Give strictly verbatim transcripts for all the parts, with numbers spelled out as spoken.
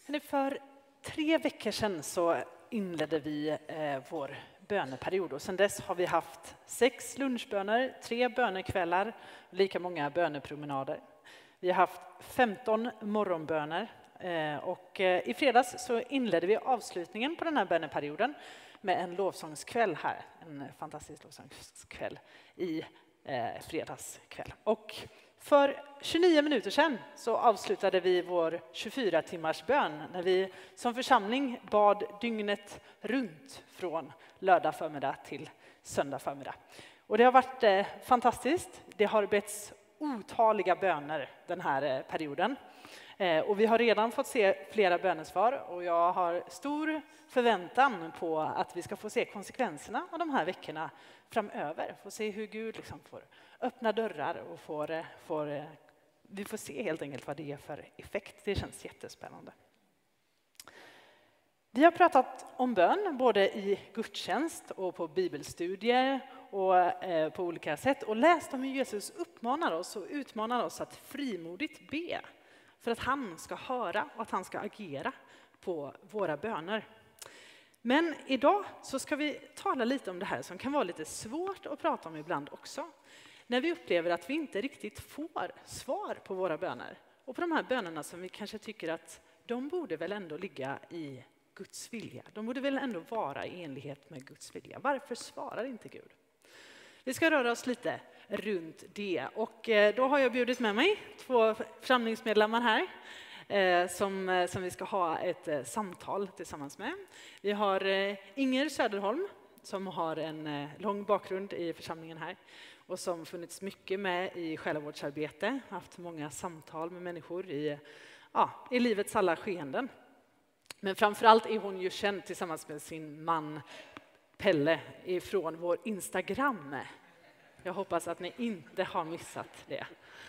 Men för tre veckor sedan så inledde vi eh, vår böneperiod och sedan dess har vi haft sex lunchböner, tre bönekvällar, lika många bönepromenader. Vi har haft femton morgonböner eh, och eh, i fredags så inledde vi avslutningen på den här böneperioden med en lovsångskväll här, en fantastisk lovsångskväll i eh, fredagskväll. Och för tjugonio minuter sedan så avslutade vi vår tjugofyra timmars bön när vi som församling bad dygnet runt från lördag förmiddag till söndag förmiddag. Och det har varit eh, fantastiskt. Det har betts otaliga böner den här eh, perioden. Eh, och vi har redan fått se flera bönesvar och jag har stor förväntan på att vi ska få se konsekvenserna av de här veckorna framöver. Få se hur Gud liksom får öppna dörrar och får, får, vi får se helt enkelt vad det är för effekt. Det känns jättespännande. Vi har pratat om bön både i gudstjänst och på bibelstudier och eh, på olika sätt och läst om hur Jesus uppmanar oss och utmanar oss att frimodigt be för att han ska höra och att han ska agera på våra böner. Men idag så ska vi tala lite om det här som kan vara lite svårt att prata om ibland också. När vi upplever att vi inte riktigt får svar på våra böner. Och på de här bönerna som vi kanske tycker att de borde väl ändå ligga i Guds vilja. De borde väl ändå vara i enlighet med Guds vilja. Varför svarar inte Gud? Vi ska röra oss lite runt det. Och då har jag bjudit med mig två församlingsmedlemmar här. Som, som vi ska ha ett samtal tillsammans med. Vi har Inger Söderholm som har en lång bakgrund i församlingen här. Och som funnits mycket med i själavårdsarbete. Haft många samtal med människor i, ja, i livets alla skeenden. Men framförallt är hon ju känd tillsammans med sin man Pelle ifrån vår Instagram. Jag hoppas att ni inte har missat det.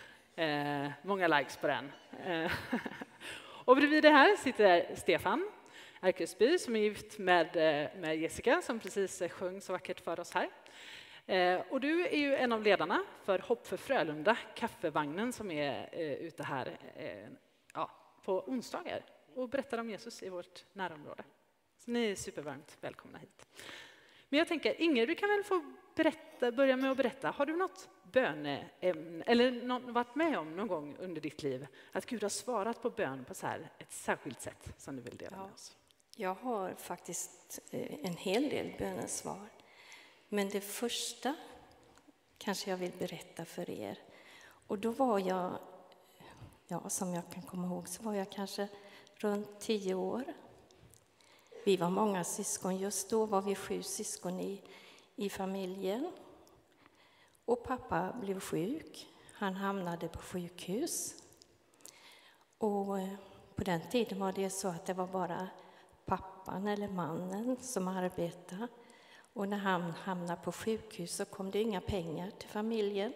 Eh, många likes på den. Eh, och bredvid det här sitter Stefan Erkesby som är gift med, med Jessica som precis sjöng så vackert för oss här. Eh, och du är ju en av ledarna för Hopp för Frölunda, kaffevagnen som är eh, ute här eh, ja, på onsdagar och berättar om Jesus i vårt närområde. Så ni är supervarmt välkomna hit. Men jag tänker, Inger, du kan väl få berätta, börja med att berätta. Har du något böneämne eller någon, varit med om någon gång under ditt liv att Gud har svarat på bön på så här ett särskilt sätt som du vill dela med oss? Jag har faktiskt en hel del bönesvar. Men det första kanske jag vill berätta för er. Och då var jag, ja, som jag kan komma ihåg, så var jag kanske runt tio år. Vi var många syskon. Just då var vi sju syskon i, i familjen. Och pappa blev sjuk. Han hamnade på sjukhus. Och på den tiden var det så att det var bara pappan eller mannen som arbetade. Och när han hamnade på sjukhus så kom det inga pengar till familjen.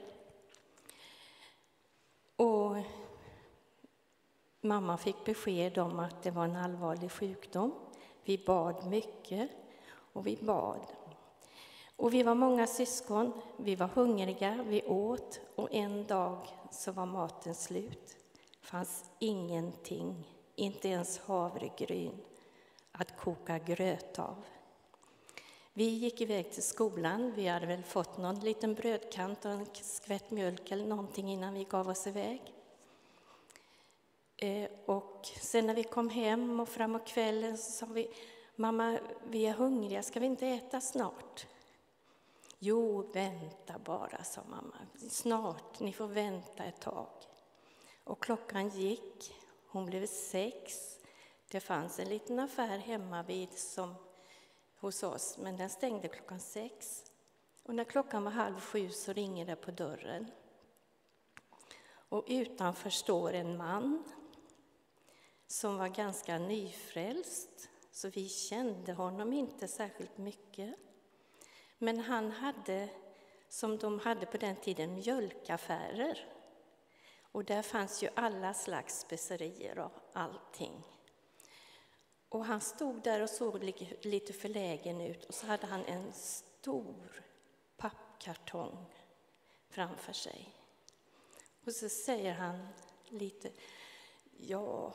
Och mamma fick besked om att det var en allvarlig sjukdom. Vi bad mycket och vi bad. Och vi var många syskon, vi var hungriga, vi åt och en dag så var maten slut. Det fanns ingenting, inte ens havregryn att koka gröt av. Vi gick iväg till skolan, vi hade väl fått någon liten brödkant och en skvätt mjölk eller någonting innan vi gav oss iväg. Eh, och sen när vi kom hem och framåt kvällen så sa vi, mamma, vi är hungriga, ska vi inte äta snart? Jo, vänta bara, sa mamma. Snart, ni får vänta ett tag. Och klockan gick, hon blev sex. Det fanns en liten affär hemma vid som hos oss, men den stängde klockan sex. Och när klockan var halv sju så ringer det på dörren. Och utanför står en man som var ganska nyfrälst, så vi kände honom inte särskilt mycket. Men han hade, som de hade på den tiden, mjölkaffärer. Och där fanns ju alla slags specerier och allting. Och han stod där och såg lite förlägen ut. Och så hade han en stor pappkartong framför sig. Och så säger han lite, ja,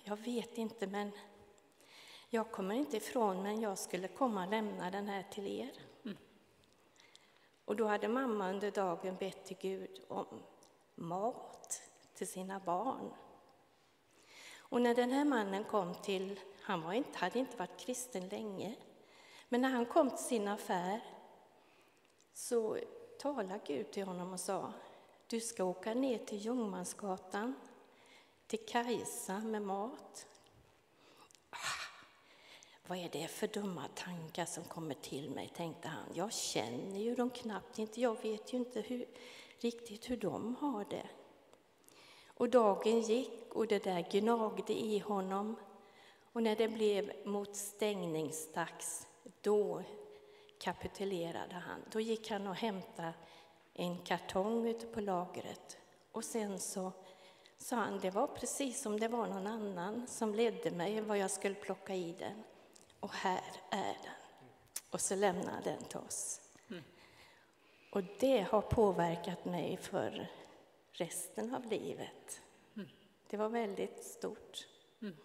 jag vet inte, men jag kommer inte ifrån, men jag skulle komma och lämna den här till er. Mm. Och då hade mamma under dagen bett till Gud om mat till sina barn. Och när den här mannen kom till, han var inte, hade inte varit kristen länge, men när han kom till sin affär så talade Gud till honom och sa: du ska åka ner till Ljungmansgatan, till Kajsa med mat. Ah, vad är det för dumma tankar som kommer till mig, tänkte han. Jag känner ju dem knappt inte, jag vet ju inte hur, riktigt hur de har det. Och dagen gick och det där gnagde i honom. Och när det blev mot stängningsdags, då kapitulerade han. Då gick han och hämtade en kartong ute på lagret. Och sen så sa han, det var precis som det var någon annan som ledde mig vad jag skulle plocka i den. Och här är den. Och så lämnade den till oss. Mm. Och det har påverkat mig för resten av livet. Mm. Det var väldigt stort. Mm.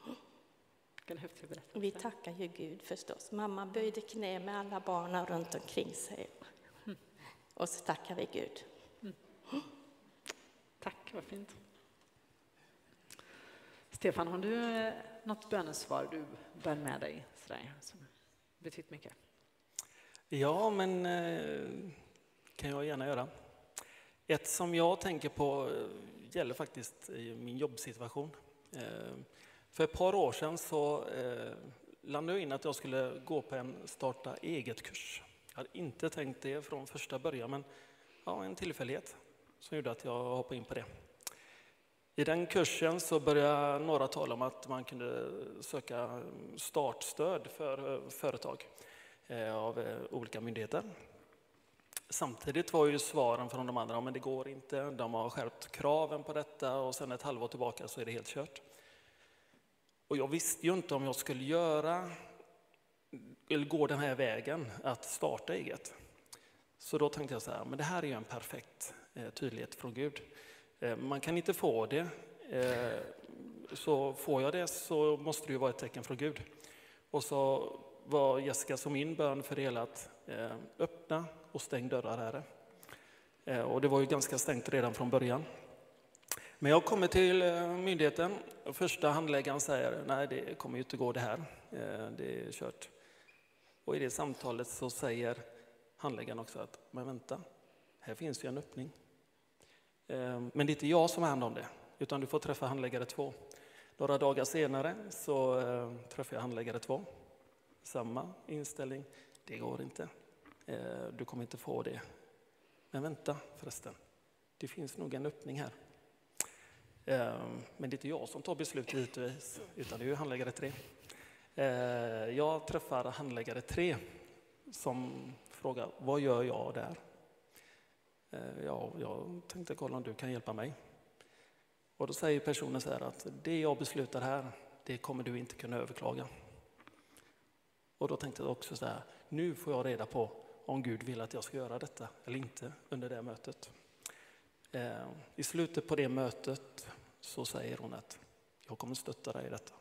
Vi tackar ju Gud förstås. Mamma böjde knä med alla barnen runt omkring sig. Mm. Och så tackar vi Gud. Mm. Tack, vad fint. Stefan, har du något bönesvar du bär med dig sådär, som betytt mycket? Ja, men kan jag gärna göra. Ett som jag tänker på gäller faktiskt i min jobbsituation. För ett par år sedan så landade jag in att jag skulle gå på en starta eget-kurs. Jag hade inte tänkt det från första början, men ja, en tillfällighet som gjorde att jag hoppade in på det. I den kursen så började några tala om att man kunde söka startstöd för företag av olika myndigheter. Samtidigt var ju svaren från de andra, men det går inte, de har skärpt kraven på detta och sen ett halvår tillbaka så är det helt kört. Och jag visste ju inte om jag skulle göra eller gå den här vägen att starta eget. Så då tänkte jag så här, men det här är ju en perfekt tydlighet från Gud. Man kan inte få det, så får jag det så måste det ju vara ett tecken från Gud. Och så var Jessica som min bön för det att öppna och stäng dörrar här. Och det var ju ganska stängt redan från början. Men jag kommer till myndigheten och första handläggaren säger, nej det kommer ju inte gå det här, det är kört. Och i det samtalet så säger handläggaren också att, men vänta, här finns ju en öppning. Men det är inte jag som har hand om det, utan du får träffa handläggare två. Några dagar senare så träffar jag handläggare två. Samma inställning, det går inte. Du kommer inte få det. Men vänta förresten, det finns nog en öppning här. Men det är inte jag som tar beslut givetvis, utan det är ju handläggare tre. Jag träffar handläggare tre som frågar, vad gör jag där? Ja, jag tänkte kolla om du kan hjälpa mig. Och då säger personen så här att det jag beslutar här, det kommer du inte kunna överklaga. Och då tänkte jag också så här, nu får jag reda på om Gud vill att jag ska göra detta eller inte under det mötet. I slutet på det mötet så säger hon att jag kommer stötta dig i detta.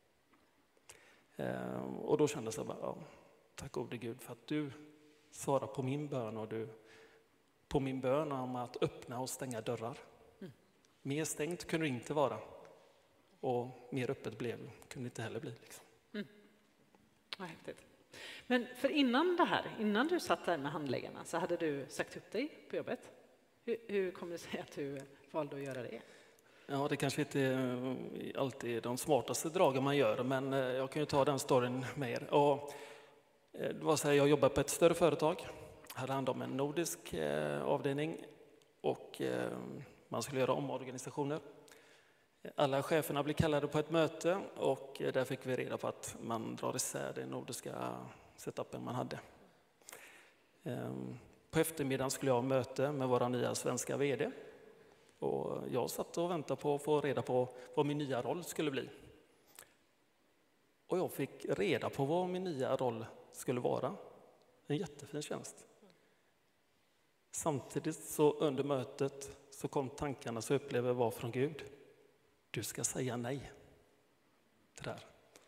Och då kände jag bara, ja, tack gode Gud för att du svarar på min bön och du på min bön om att öppna och stänga dörrar. Mm. Mer stängt kunde det inte vara. Och mer öppet blev kunde det inte heller bli. Liksom. Mm. Ja, häftigt. Men för innan det här, innan du satt där med handläggarna så hade du sagt upp dig på jobbet. Hur, hur kommer det sig att du valde att göra det? Ja, det kanske inte är alltid de smartaste dragen man gör, men jag kan ju ta den storyn med er. Och det var så här, jag jobbade på ett större företag. Hade hand om en nordisk avdelning och man skulle göra omorganisationer. Alla cheferna blev kallade på ett möte och där fick vi reda på att man drar isär den nordiska setupen man hade. På eftermiddagen skulle jag ha möte med våra nya svenska vd. Och jag satt och väntade på att få reda på vad min nya roll skulle bli. Och jag fick reda på vad min nya roll skulle vara. En jättefin tjänst. Samtidigt så under mötet så kom tankarna så upplever var från Gud. Du ska säga nej. det där.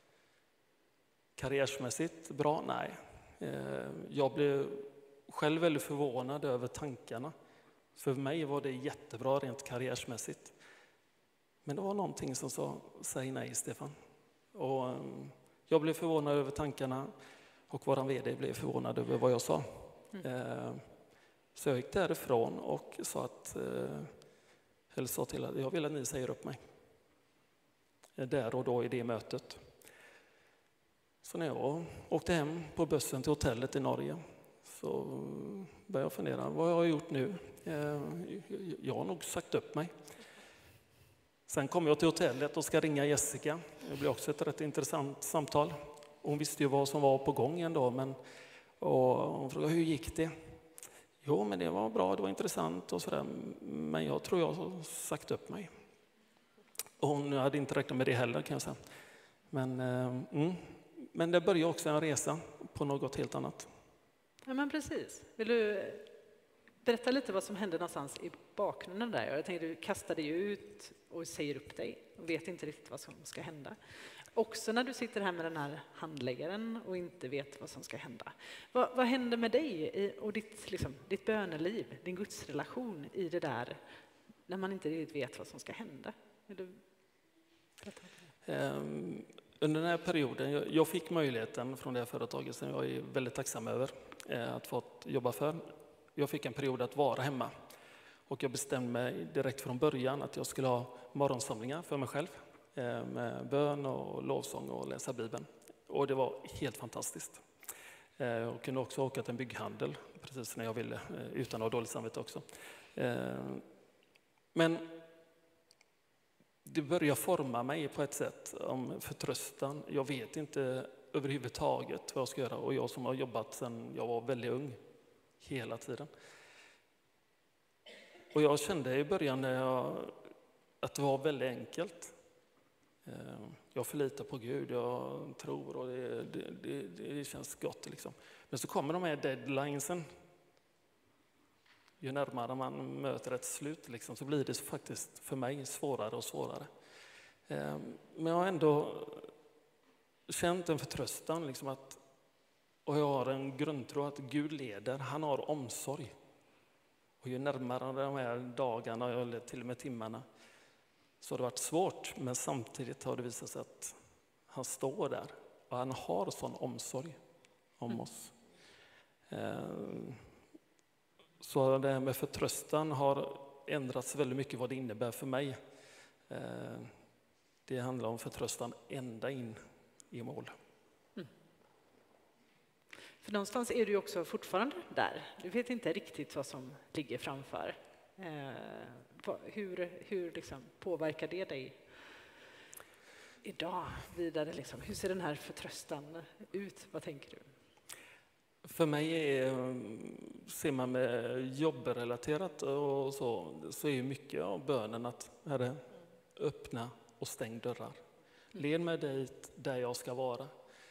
Karriärsmässigt bra? Nej. Jag blev själv väldigt förvånad över tankarna. För mig var det jättebra rent karriärsmässigt. Men det var någonting som sa, säg nej Stefan. Och jag blev förvånad över tankarna och våran vd blev förvånad över vad jag sa. Mm. Så jag gick därifrån och sa, att, eller sa till att jag vill att ni säger upp mig. Där och då i det mötet. Så när jag åkte hem på bussen till hotellet i Norge så började jag fundera, vad har jag gjort nu? Jag har nog sagt upp mig. Sen kom jag till hotellet och ska ringa Jessica. Det blev också ett rätt intressant samtal. Hon visste ju vad som var på gång en dag, men och hon frågade hur gick det? Jo, men det var bra, det var intressant och sådär. Men jag tror jag har sagt upp mig. Och hon hade inte räknat med det heller kan jag säga. Men, mm. men det började också en resa på något helt annat. Ja, men precis. Vill du berätta lite vad som hände någonstans i bakgrunden där? Jag tänkte, du kastade ju ut och säger upp dig och vet inte riktigt vad som ska hända. Också när du sitter här med den här handläggaren och inte vet vad som ska hända. Vad, vad händer med dig och ditt, liksom, ditt böneliv, din gudsrelation i det där när man inte riktigt vet vad som ska hända? Vill du berätta? Um, under den här perioden, jag, jag fick möjligheten från det här företaget som jag är väldigt tacksam över eh, att få jobba för. Jag fick en period att vara hemma och jag bestämde mig direkt från början att jag skulle ha morgonsamlingar för mig själv eh, med bön och lovsång och läsa Bibeln. Och det var helt fantastiskt. Eh, jag kunde också åka till en bygghandel precis när jag ville, eh, utan att ha dåligt samvete också. Eh, men det började forma mig på ett sätt om förtröstan. Jag vet inte överhuvudtaget vad jag ska göra. Och jag som har jobbat sedan jag var väldigt ung, hela tiden. Och jag kände i början när jag, att det var väldigt enkelt. Jag förlitar på Gud, jag tror och det, det, det, det känns gott. Liksom. Men så kommer de här deadlinesen. Ju närmare man möter ett slut liksom, så blir det faktiskt för mig svårare och svårare. Men jag har ändå känt en förtröstan liksom att, och jag har en grundtro att Gud leder, han har omsorg. Och ju närmare de här dagarna eller till och med timmarna så har det varit svårt, men samtidigt har det visat sig att han står där och han har sån omsorg om mm. oss. Så det här med förtröstan har ändrats väldigt mycket vad det innebär för mig. Det handlar om förtröstan ända in i mål. Mm. För någonstans är du också fortfarande där. Du vet inte riktigt vad som ligger framför. Eh, hur hur liksom påverkar det dig idag vidare? Liksom? Hur ser den här förtröstan ut? Vad tänker du? För mig är, ser man med jobbrelaterat och så, så är mycket av bönen att Herre, öppna och stäng dörrar. Led mig dit där jag ska vara.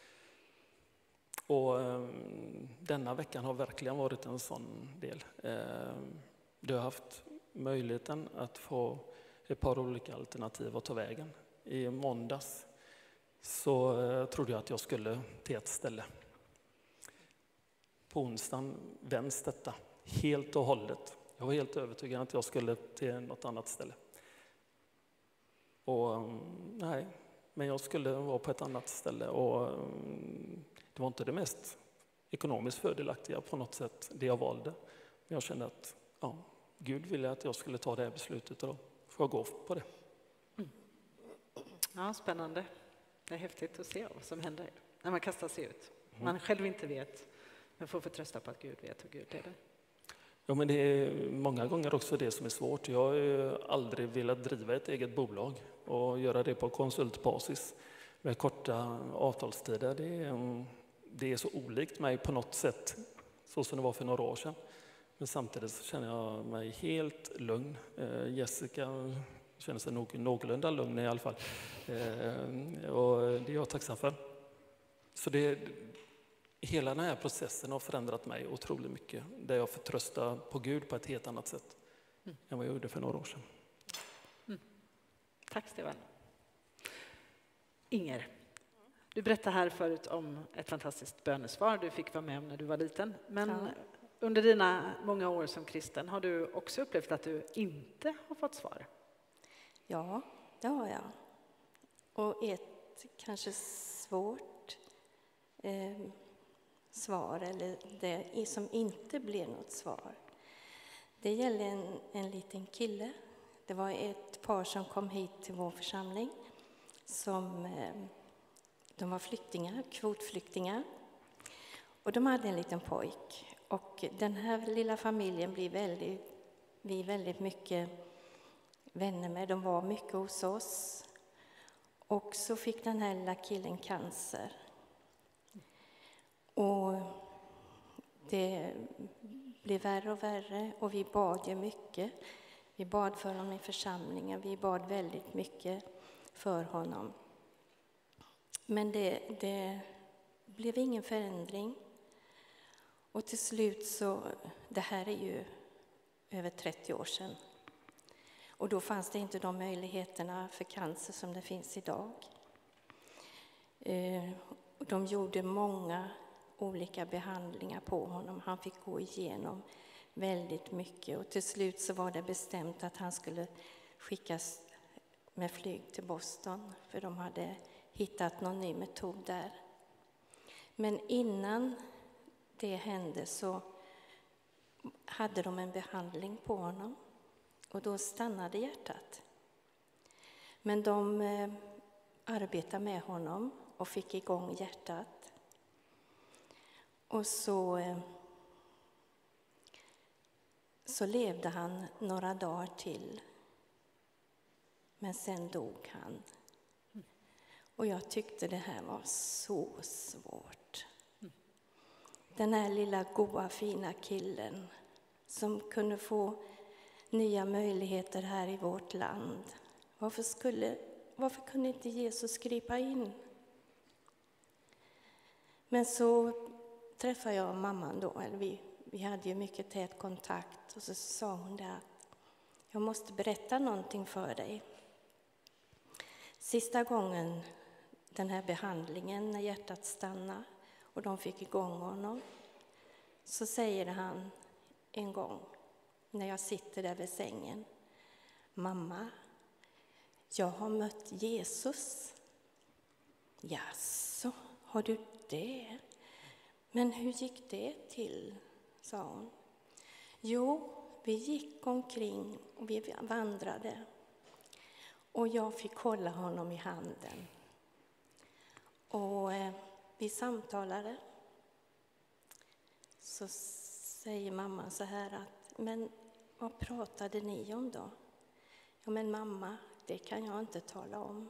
Och eh, denna veckan har verkligen varit en sån del. Eh, du har haft möjligheten att få ett par olika alternativ att ta vägen. I måndags så eh, trodde jag att jag skulle till ett ställe. På onsdagen vänds detta helt och hållet. Jag var helt övertygad att jag skulle till något annat ställe. Och nej, men jag skulle vara på ett annat ställe och det var inte det mest ekonomiskt fördelaktiga på något sätt det jag valde. Men jag kände att ja, Gud ville att jag skulle ta det här beslutet och då får jag gå på det. Mm. Ja, spännande. Det är häftigt att se vad som händer när man kastar sig ut. Man mm. själv inte vet, men får förtrösta på att Gud vet och Gud leder. Ja, men det är många gånger också det som är svårt. Jag har aldrig velat driva ett eget bolag och göra det på konsultbasis med korta avtalstider. Det är, det är så olikt mig på något sätt, så som det var för några år sedan. Men samtidigt så känner jag mig helt lugn. Jessica känner sig nog någorlunda lugn i alla fall. Och det är jag tacksam för. Så det hela den här processen har förändrat mig otroligt mycket. Där jag förtröstar på Gud på ett helt annat sätt mm. än vad jag gjorde för några år sedan. Mm. Tack Stefan. Inger, du berättade här förut om ett fantastiskt bönesvar du fick vara med om när du var liten. Men Ja. under dina många år som kristen har du också upplevt att du inte har fått svar? Ja, det har jag. Och ett kanske svårt eh, svar, eller det som inte blev något svar. Det gäller en, en liten kille. Det var ett par som kom hit till vår församling. Som, eh, de var flyktingar, kvotflyktingar. Och de hade en liten pojk. Och den här lilla familjen blir väldigt, vi väldigt mycket vänner med. De var mycket hos oss. Och så fick den här lilla killen cancer. Och det blev värre och värre. Och vi bad ju mycket. Vi bad för honom i församlingen. Vi bad väldigt mycket för honom. Men det, det blev ingen förändring. Och till slut så, det här är ju över trettio år sedan. Och då fanns det inte de möjligheterna för cancer som det finns idag. De gjorde många olika behandlingar på honom. Han fick gå igenom väldigt mycket. Och till slut så var det bestämt att han skulle skickas med flyg till Boston. För de hade hittat någon ny metod där. Men innan det hände så hade de en behandling på honom. Och då stannade hjärtat. Men de eh, arbetade med honom och fick igång hjärtat. Och så, eh, så levde han några dagar till. Men sen dog han. Och jag tyckte det här var så svårt. Den här lilla goa fina killen som kunde få nya möjligheter här i vårt land. Varför, skulle, varför kunde inte Jesus gripa in? Men så träffade jag mamman då. Eller vi, vi hade ju mycket tät kontakt. Och så sa hon det att jag måste berätta någonting för dig. Sista gången den här behandlingen när hjärtat stannade och de fick igång honom. Så säger han en gång när jag sitter där vid sängen. Mamma, jag har mött Jesus. Jaså, har du det? Men hur gick det till, sa hon. Jo, vi gick omkring och vi vandrade. Och jag fick hålla honom i handen. Och eh, vi samtalade. Så säger mamma så här att, men vad pratade ni om då? Ja, men mamma, det kan jag inte tala om.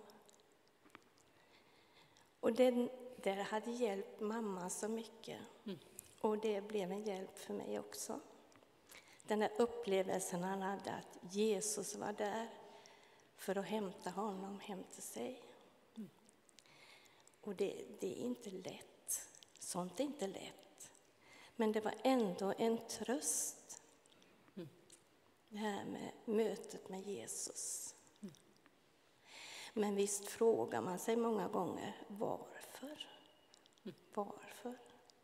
Och det, det hade hjälpt mamma så mycket. Mm. Och det blev en hjälp för mig också. Den där upplevelsen han hade att Jesus var där för att hämta honom hem till sig. Mm. Och det, det är inte lätt. Sånt är inte lätt. Men det var ändå en tröst. Mm. Det här med mötet med Jesus. Mm. Men visst frågar man sig många gånger, varför? Mm. Varför?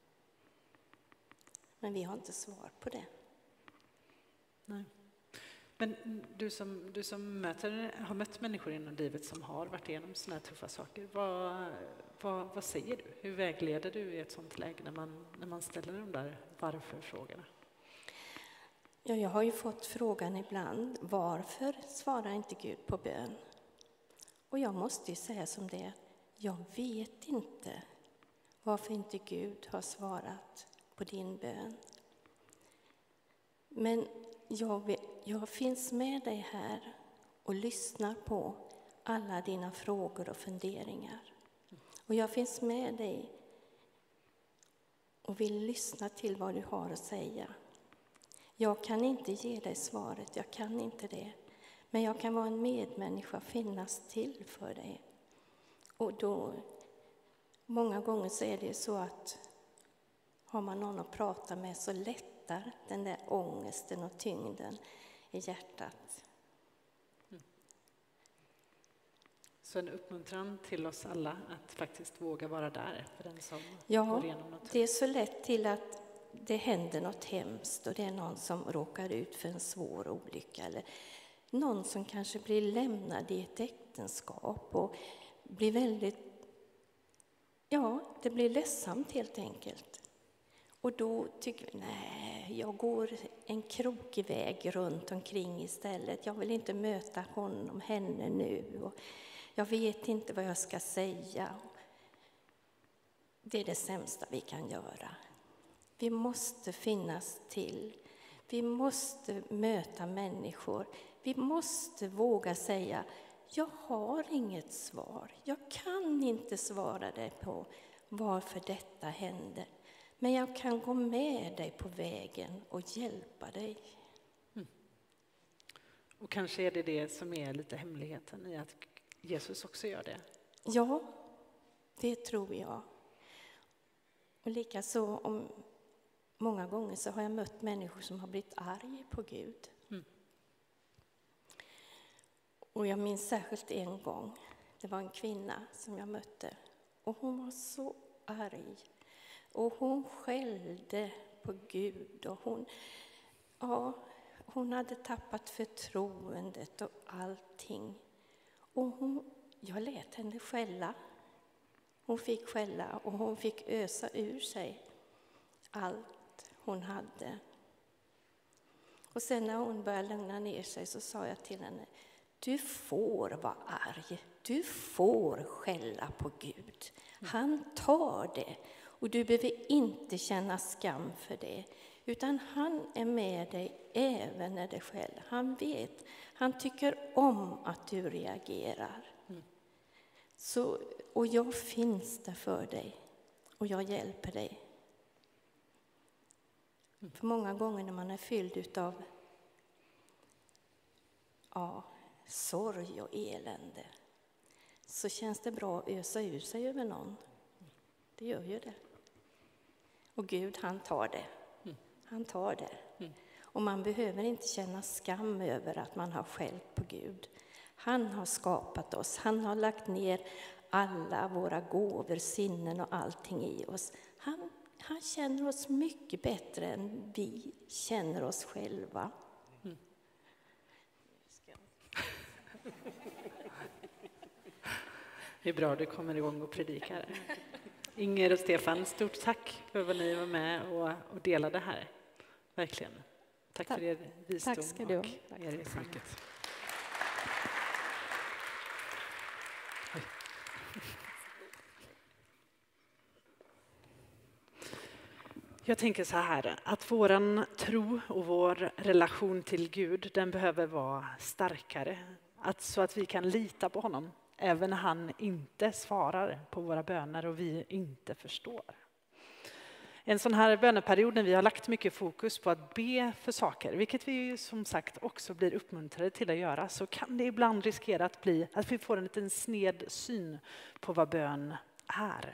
Men vi har inte svar på det. Nej. Men du som, du som möter, har mött människor inom livet som har varit igenom såna här tuffa saker, vad, vad, vad säger du? Hur vägleder du i ett sånt läge när man, när man ställer de där varför-frågorna? Ja, jag har ju fått frågan ibland, varför svarar inte Gud på bön? Och jag måste ju säga som det, jag vet inte varför inte Gud har svarat på din bön. Men jag, vet, jag finns med dig här och lyssnar på alla dina frågor och funderingar. Och jag finns med dig och vill lyssna till vad du har att säga. Jag kan inte ge dig svaret, jag kan inte det. Men jag kan vara en medmänniska, finnas till för dig. Och då, många gånger så är det så att har man någon att prata med så lättar den där ångesten och tyngden i hjärtat. Mm. Så en uppmuntran till oss alla att faktiskt våga vara där för den som Ja, går igenom något. det är så lätt till att det händer något hemskt och det är någon som råkar ut för en svår olycka eller någon som kanske blir lämnad i ett äktenskap och blir väldigt, ja, det blir ledsamt helt enkelt. Och då tycker vi, nej, jag går en krokig väg runt omkring istället. Jag vill inte möta honom, henne nu. Och jag vet inte vad jag ska säga. Det är det sämsta vi kan göra. Vi måste finnas till. Vi måste möta människor. Vi måste våga säga, jag har inget svar. Jag kan inte svara dig på varför detta händer. Men jag kan gå med dig på vägen och hjälpa dig. Mm. Och kanske är det det som är lite hemligheten i att Jesus också gör det. Ja, det tror jag. Och likaså om många gånger så har jag mött människor som har blivit arg på Gud. Mm. Och jag minns särskilt en gång. Det var en kvinna som jag mötte. Och hon var så arg. Och hon skällde på Gud. Och hon, ja, hon hade tappat förtroendet och allting. Och hon, jag lät henne skälla. Hon fick skälla och hon fick ösa ur sig allt hon hade. Och sen när hon började lugna ner sig så sa jag till henne, du får vara arg, du får skälla på Gud. Han tar det och du behöver inte känna skam för det. Utan han är med dig även när det skäller. Han vet, han tycker om att du reagerar. Mm. Så, och jag finns där för dig och jag hjälper dig. Mm. För många gånger när man är fylld utav ja, sorg och elände så känns det bra att ösa ur sig över någon. Det gör ju det. Och Gud, han tar det. Mm. Han tar det. Mm. Och man behöver inte känna skam över att man har skällt på Gud. Han har skapat oss. Han har lagt ner alla våra gåvor, sinnen och allting i oss. Han, han känner oss mycket bättre än vi känner oss själva. Mm. Det är bra, du kommer igång och predikar. Inger och Stefan, stort tack för vad ni var med och, och delade här. Verkligen. Tack, tack. för er visdom. Tack ska du ha. Och er erfarenhet. Jag tänker så här, att våran tro och vår relation till Gud, den behöver vara starkare. Att, så att vi kan lita på honom, även när han inte svarar på våra böner och vi inte förstår. En sån här böneperiod när vi har lagt mycket fokus på att be för saker, vilket vi ju som sagt också blir uppmuntrade till att göra, så kan det ibland riskera att bli att vi får en liten sned syn på vad bön är.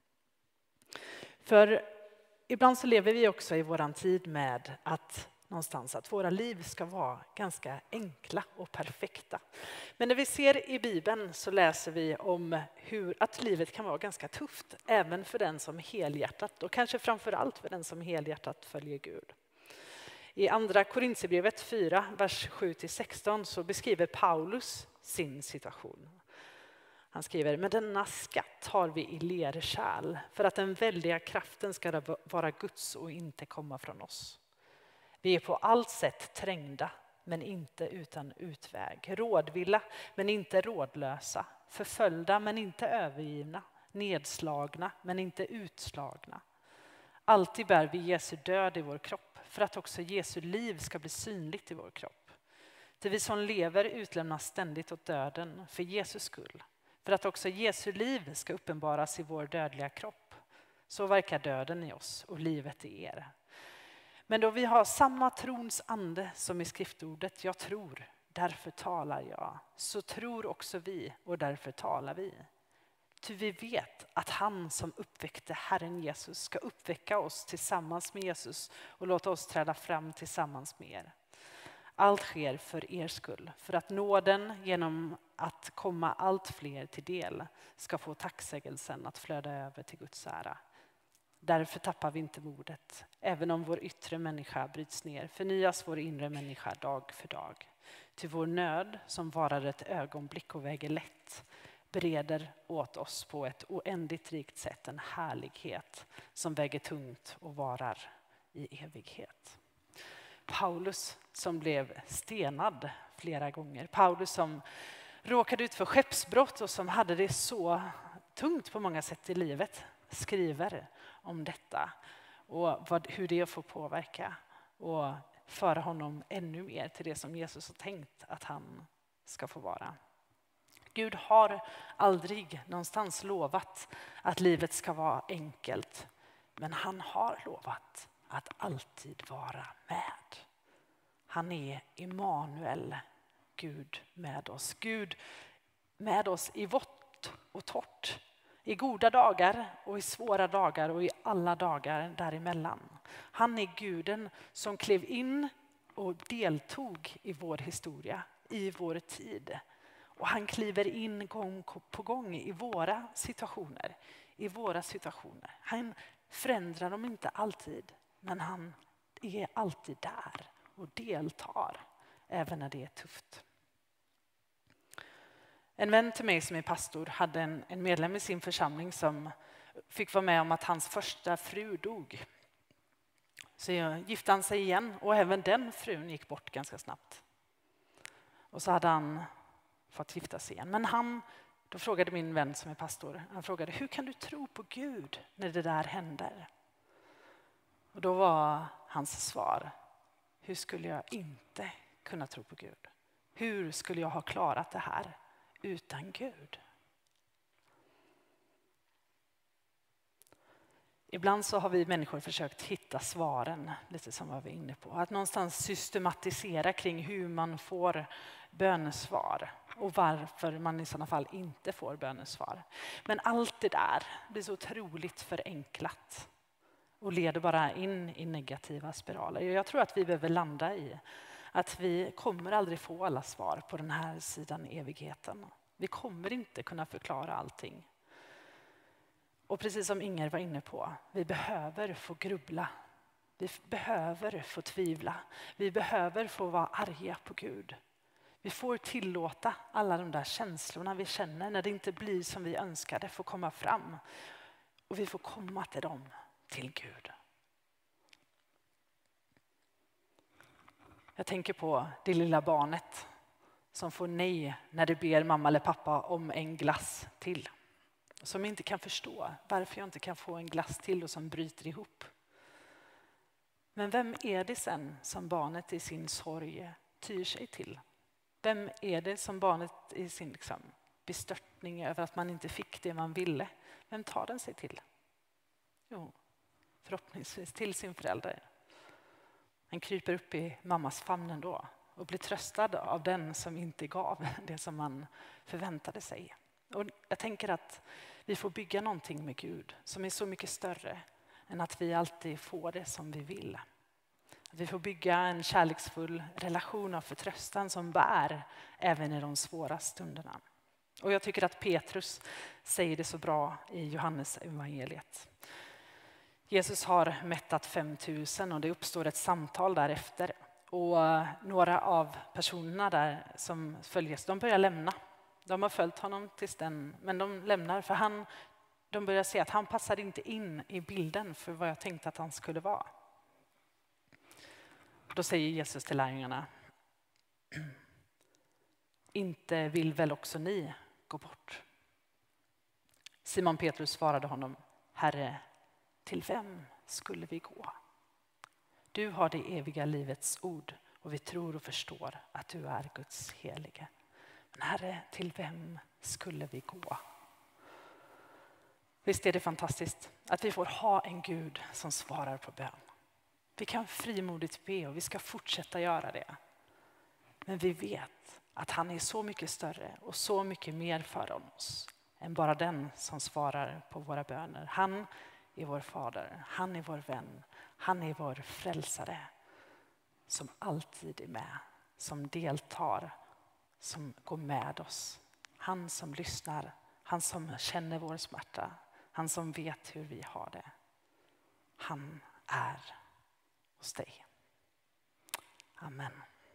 För ibland så lever vi också i våran tid med att någonstans att våra liv ska vara ganska enkla och perfekta. Men när vi ser i Bibeln så läser vi om hur att livet kan vara ganska tufft även för den som helhjärtat och kanske framförallt för den som helhjärtat följer Gud. I andra Korinthierbrevet fyra, vers sju till sexton så beskriver Paulus sin situation. Han skriver, men denna skatt har vi i lerkärl för att den väldiga kraften ska vara Guds och inte komma från oss. Vi är på allt sätt trängda, men inte utan utväg. Rådvilla, men inte rådlösa. Förföljda, men inte övergivna. Nedslagna, men inte utslagna. Alltid bär vi Jesu död i vår kropp, för att också Jesu liv ska bli synligt i vår kropp. Till vi som lever utlämnas ständigt åt döden för Jesus skull. För att också Jesu liv ska uppenbaras i vår dödliga kropp. Så verkar döden i oss och livet i er. Men då vi har samma trons ande som i skriftordet, jag tror, därför talar jag. Så tror också vi och därför talar vi. Ty vi vet att han som uppväckte Herren Jesus ska uppväcka oss tillsammans med Jesus och låta oss träda fram tillsammans med er. Allt sker för er skull, för att nåden genom att komma allt fler till del ska få tacksägelsen att flöda över till Guds ära. Därför tappar vi inte modet. Även om vår yttre människa bryts ner förnyas vår inre människa dag för dag. Till vår nöd som varar ett ögonblick och väger lätt bereder åt oss på ett oändligt rikt sätt en härlighet som väger tungt och varar i evighet. Paulus som blev stenad flera gånger. Paulus som råkade ut för skeppsbrott och som hade det så tungt på många sätt i livet skriver om detta och vad, hur det får påverka och föra honom ännu mer till det som Jesus har tänkt att han ska få vara. Gud har aldrig någonstans lovat att livet ska vara enkelt, men han har lovat att alltid vara med. Han är Immanuel, Gud med oss. Gud med oss i vått och torrt. I goda dagar och i svåra dagar och i alla dagar däremellan. Han är Guden som klev in och deltog i vår historia, i vår tid. Och han kliver in gång på gång i våra situationer. I våra situationer. Han förändrar dem inte alltid, men han är alltid där och deltar även när det är tufft. En vän till mig som är pastor hade en, en medlem i sin församling som fick vara med om att hans första fru dog. Så gifte han sig igen och även den frun gick bort ganska snabbt. Och så hade han fått gifta sig igen. Men han, då frågade min vän som är pastor, han frågade hur kan du tro på Gud när det där händer? Och då var hans svar, hur skulle jag inte kunna tro på Gud? Hur skulle jag ha klarat det här utan Gud? Ibland så har vi människor försökt hitta svaren, lite som vad vi är inne på. Att någonstans systematisera kring hur man får bönesvar och varför man i sådana fall inte får bönesvar. Men allt det där blir så otroligt förenklat och leder bara in i negativa spiraler. Jag tror att vi behöver landa i att vi kommer aldrig få alla svar på den här sidan evigheten. Vi kommer inte kunna förklara allting. Och precis som Inger var inne på, vi behöver få grubbla. Vi behöver få tvivla. Vi behöver få vara arga på Gud. Vi får tillåta alla de där känslorna vi känner när det inte blir som vi önskade få komma fram. Och vi får komma till dem, till Gud. Jag tänker på det lilla barnet som får nej när det ber mamma eller pappa om en glass till. Som inte kan förstå varför jag inte kan få en glass till och som bryter ihop. Men vem är det sen som barnet i sin sorg tyr sig till? Vem är det som barnet i sin liksom, bestörtning över att man inte fick det man ville? Vem tar den sig till? Jo, förhoppningsvis till sin förälder. Han kryper upp i mammas famn ändå och blir tröstad av den som inte gav det som man förväntade sig. Och jag tänker att vi får bygga någonting med Gud som är så mycket större än att vi alltid får det som vi vill. Att vi får bygga en kärleksfull relation av förtröstan som bär även i de svåra stunderna. Och jag tycker att Petrus säger det så bra i Johannes evangeliet. Jesus har mättat fem tusen och det uppstår ett samtal därefter. Och några av personerna där som följes, de börjar lämna. De har följt honom tills den, men de lämnar för han, de börjar se att han passar inte in i bilden för vad jag tänkte att han skulle vara. Då säger Jesus till lärjungarna, inte vill väl också ni gå bort? Simon Petrus svarade honom, Herre, till vem skulle vi gå? Du har det eviga livets ord och vi tror och förstår att du är Guds helige. Men Herre, till vem skulle vi gå? Visst är det fantastiskt att vi får ha en Gud som svarar på bön. Vi kan frimodigt be och vi ska fortsätta göra det. Men vi vet att han är så mycket större och så mycket mer för oss än bara den som svarar på våra böner. Han är vår fader, han är vår vän, han är vår frälsare som alltid är med, som deltar, som går med oss Han som lyssnar, han som känner vår smärta, han som vet hur vi har det. Han är hos dig. Amen.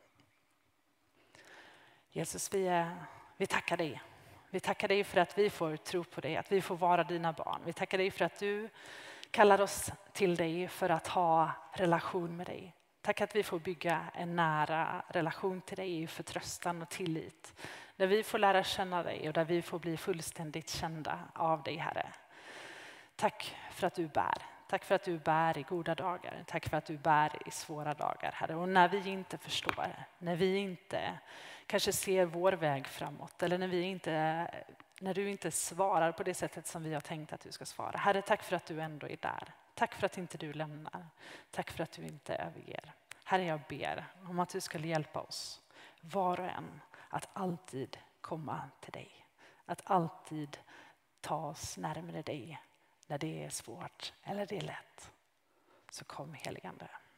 Jesus, vi, är, vi tackar dig. Vi tackar dig för att vi får tro på dig, att vi får vara dina barn. Vi tackar dig för att du kallar oss till dig för att ha relation med dig. Tack att vi får bygga en nära relation till dig i förtröstan och tillit. Där vi får lära känna dig och där vi får bli fullständigt kända av dig, Herre. Tack för att du bär. Tack för att du bär i goda dagar. Tack för att du bär i svåra dagar, Herre. Och när vi inte förstår, när vi inte kanske ser vår väg framåt eller när, vi inte, när du inte svarar på det sättet som vi har tänkt att du ska svara. Herre, tack för att du ändå är där. Tack för att inte du lämnar. Tack för att du inte överger. Herre, jag ber om att du ska hjälpa oss, var och en, att alltid komma till dig. Att alltid ta oss närmare dig när det är svårt eller det är lätt. Så kom, heligande.